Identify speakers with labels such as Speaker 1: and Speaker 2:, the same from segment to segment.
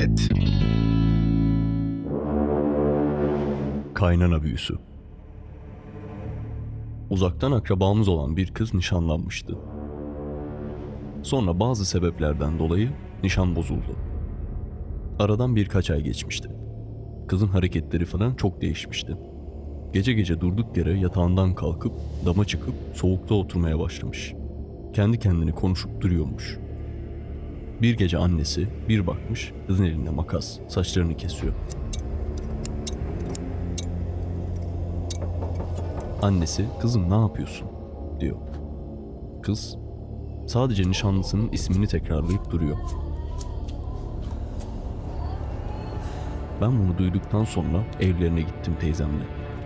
Speaker 1: felaket. Kaynana büyüsü. Uzaktan akrabamız olan bir kız nişanlanmıştı. Sonra bazı sebeplerden dolayı nişan bozuldu. Aradan birkaç ay geçmişti. Kızın hareketleri falan çok değişmişti. Gece gece durduk yere yatağından kalkıp dama çıkıp soğukta oturmaya başlamış. Kendi kendine konuşup duruyormuş. Bir gece annesi bir bakmış, kızın elinde makas, saçlarını kesiyor. Annesi, "Kızım ne yapıyorsun?" diyor. Kız sadece nişanlısının ismini tekrarlayıp duruyor. Ben bunu duyduktan sonra evlerine gittim teyzemle.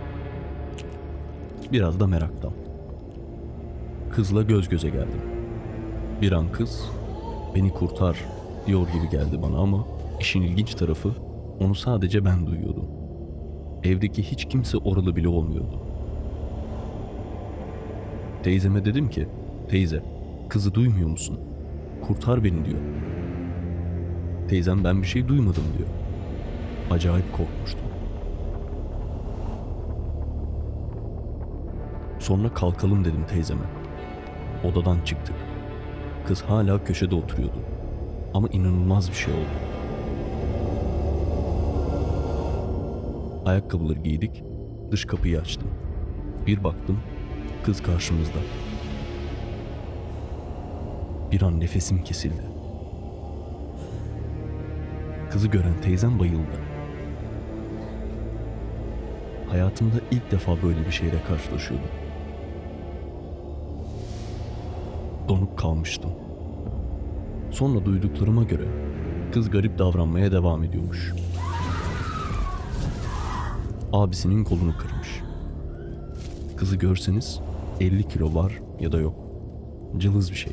Speaker 1: Biraz da meraktan. Kızla göz göze geldim. Bir an kız, "Beni kurtar" diyor gibi geldi bana ama işin ilginç tarafı onu sadece ben duyuyordum. Evdeki hiç kimse oralı bile olmuyordu. Teyzeme dedim ki, "Teyze, kızı duymuyor musun? Kurtar beni" diyor. Teyzem, "Ben bir şey duymadım" diyor. Acayip korkmuştum. Sonra "Kalkalım" dedim teyzeme. Odadan çıktık. Kız hala köşede oturuyordu. Ama inanılmaz bir şey oldu. Ayakkabıları giydik, dış kapıyı açtım. Bir baktım, kız karşımızda. Bir an nefesim kesildi. Kızı gören teyzem bayıldı. Hayatımda ilk defa böyle bir şeyle karşılaşıyordum. Donup kalmıştım. Sonra duyduklarıma göre kız garip davranmaya devam ediyormuş. Abisinin kolunu kırmış. Kızı görseniz 50 kilo var ya da yok. Cılız bir şey.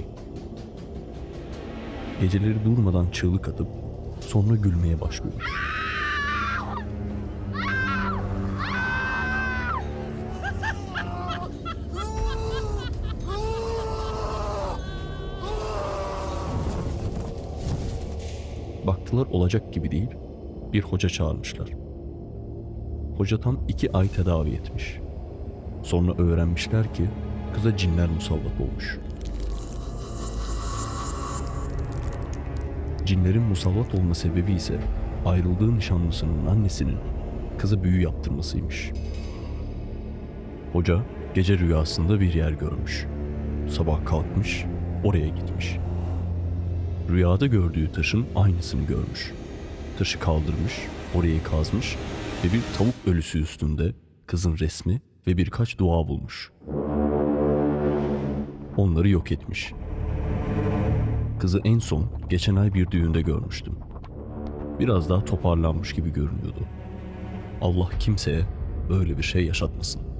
Speaker 1: Geceleri durmadan çığlık atıp sonra gülmeye başlıyor. Baktılar olacak gibi değil, bir hoca çağırmışlar. Hoca tam 2 ay tedavi etmiş. Sonra öğrenmişler ki kıza cinler musallat olmuş. Cinlerin musallat olma sebebi ise ayrıldığı nişanlısının annesinin kıza büyü yaptırmasıymış. Hoca gece rüyasında bir yer görmüş. Sabah kalkmış, oraya gitmiş. Rüyada gördüğü taşın aynısını görmüş. Taşı kaldırmış, orayı kazmış ve bir tavuk ölüsü üstünde kızın resmi ve birkaç dua bulmuş. Onları yok etmiş. Kızı en son geçen ay bir düğünde görmüştüm. Biraz daha toparlanmış gibi görünüyordu. Allah kimseye böyle bir şey yaşatmasın.